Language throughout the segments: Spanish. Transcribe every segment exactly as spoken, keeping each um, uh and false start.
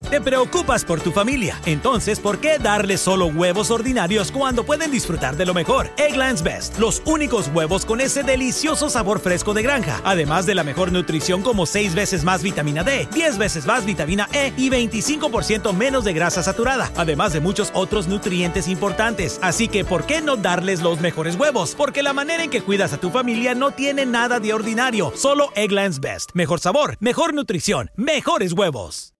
Te preocupas por tu familia, entonces ¿por qué darles solo huevos ordinarios cuando pueden disfrutar de lo mejor? Eggland's Best, los únicos huevos con ese delicioso sabor fresco de granja, además de la mejor nutrición como seis veces más vitamina D, diez veces más vitamina E y veinticinco por ciento menos de grasa saturada, además de muchos otros nutrientes importantes. Así que ¿por qué no darles los mejores huevos? Porque la manera en que cuidas a tu familia no tiene nada de ordinario, solo Eggland's Best. Mejor sabor, mejor nutrición, mejores huevos.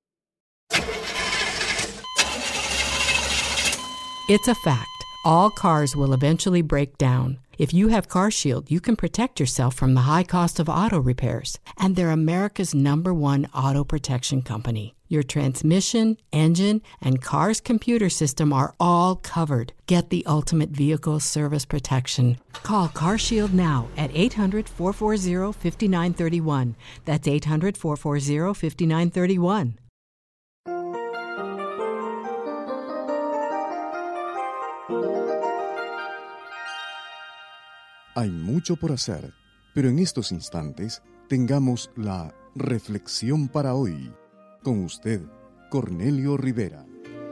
It's a fact. All cars will eventually break down. If you have CarShield, you can protect yourself from the high cost of auto repairs. And they're America's number one auto protection company. Your transmission, engine, and car's computer system are all covered. Get the ultimate vehicle service protection. Call CarShield now at eight hundred, four four zero, five nine three one. That's eight hundred, four four zero, five nine three one. Hay mucho por hacer, pero en estos instantes tengamos la reflexión para hoy. Con usted, Cornelio Rivera.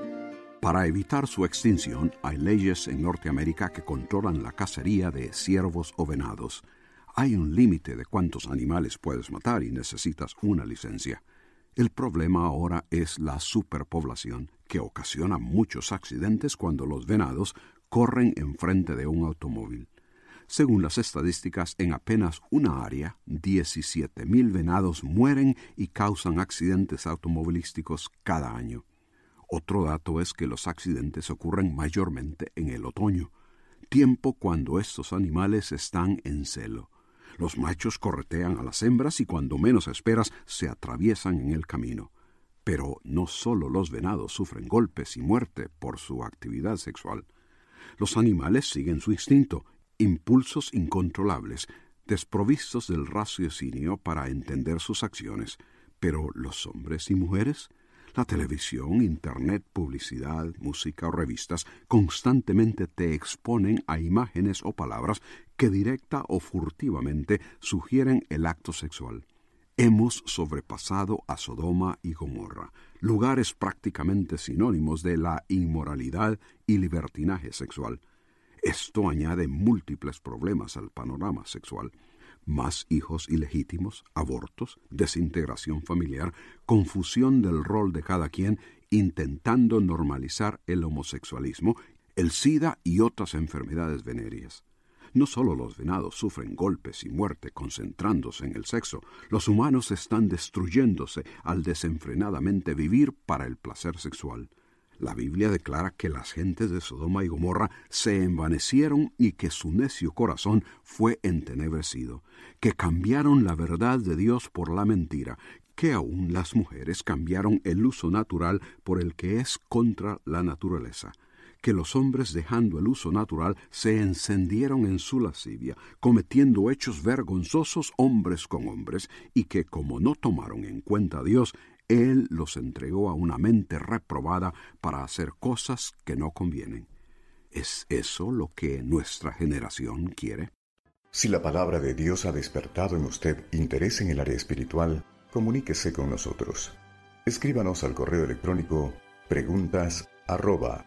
Para evitar su extinción, hay leyes en Norteamérica que controlan la cacería de ciervos o venados. Hay un límite de cuántos animales puedes matar y necesitas una licencia. El problema ahora es la superpoblación, que ocasiona muchos accidentes cuando los venados corren enfrente de un automóvil. Según las estadísticas, en apenas una área, diecisiete mil venados mueren y causan accidentes automovilísticos cada año. Otro dato es que los accidentes ocurren mayormente en el otoño, tiempo cuando estos animales están en celo. Los machos corretean a las hembras y cuando menos esperas se atraviesan en el camino. Pero no solo los venados sufren golpes y muerte por su actividad sexual. Los animales siguen su instinto, impulsos incontrolables, desprovistos del raciocinio para entender sus acciones. Pero los hombres y mujeres, la televisión, internet, publicidad, música o revistas constantemente te exponen a imágenes o palabras que directa o furtivamente sugieren el acto sexual. Hemos sobrepasado a Sodoma y Gomorra, lugares prácticamente sinónimos de la inmoralidad y libertinaje sexual. Esto añade múltiples problemas al panorama sexual. Más hijos ilegítimos, abortos, desintegración familiar, confusión del rol de cada quien, intentando normalizar el homosexualismo, el SIDA y otras enfermedades venéreas. No solo los venados sufren golpes y muerte concentrándose en el sexo, los humanos están destruyéndose al desenfrenadamente vivir para el placer sexual. La Biblia declara que las gentes de Sodoma y Gomorra se envanecieron y que su necio corazón fue entenebrecido, que cambiaron la verdad de Dios por la mentira, que aún las mujeres cambiaron el uso natural por el que es contra la naturaleza, que los hombres dejando el uso natural se encendieron en su lascivia, cometiendo hechos vergonzosos hombres con hombres, y que como no tomaron en cuenta a Dios, Él los entregó a una mente reprobada para hacer cosas que no convienen. ¿Es eso lo que nuestra generación quiere? Si la palabra de Dios ha despertado en usted interés en el área espiritual, comuníquese con nosotros. Escríbanos al correo electrónico preguntas arroba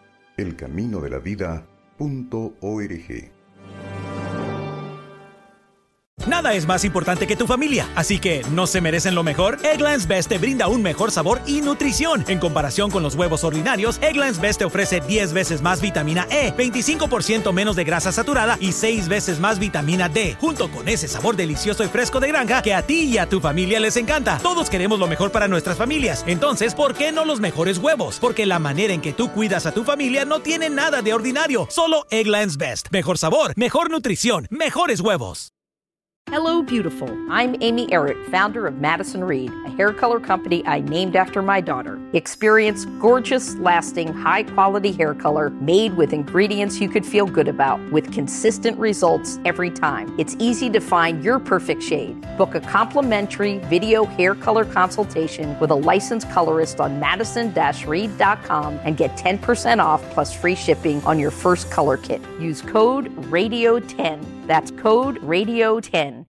elcaminodelavida.org. Nada es más importante que tu familia, así que ¿no se merecen lo mejor? Eggland's Best te brinda un mejor sabor y nutrición. En comparación con los huevos ordinarios, Eggland's Best te ofrece diez veces más vitamina E, veinticinco por ciento menos de grasa saturada y seis veces más vitamina D, junto con ese sabor delicioso y fresco de granja que a ti y a tu familia les encanta. Todos queremos lo mejor para nuestras familias, entonces ¿por qué no los mejores huevos? Porque la manera en que tú cuidas a tu familia no tiene nada de ordinario, solo Eggland's Best. Mejor sabor, mejor nutrición, mejores huevos. Hello, beautiful. I'm Amy Errett, founder of Madison Reed, a hair color company I named after my daughter. Experience gorgeous, lasting, high-quality hair color made with ingredients you could feel good about, with consistent results every time. It's easy to find your perfect shade. Book a complimentary video hair color consultation with a licensed colorist on madison dash reed dot com and get ten percent off plus free shipping on your first color kit. Use code radio ten. That's code radio ten.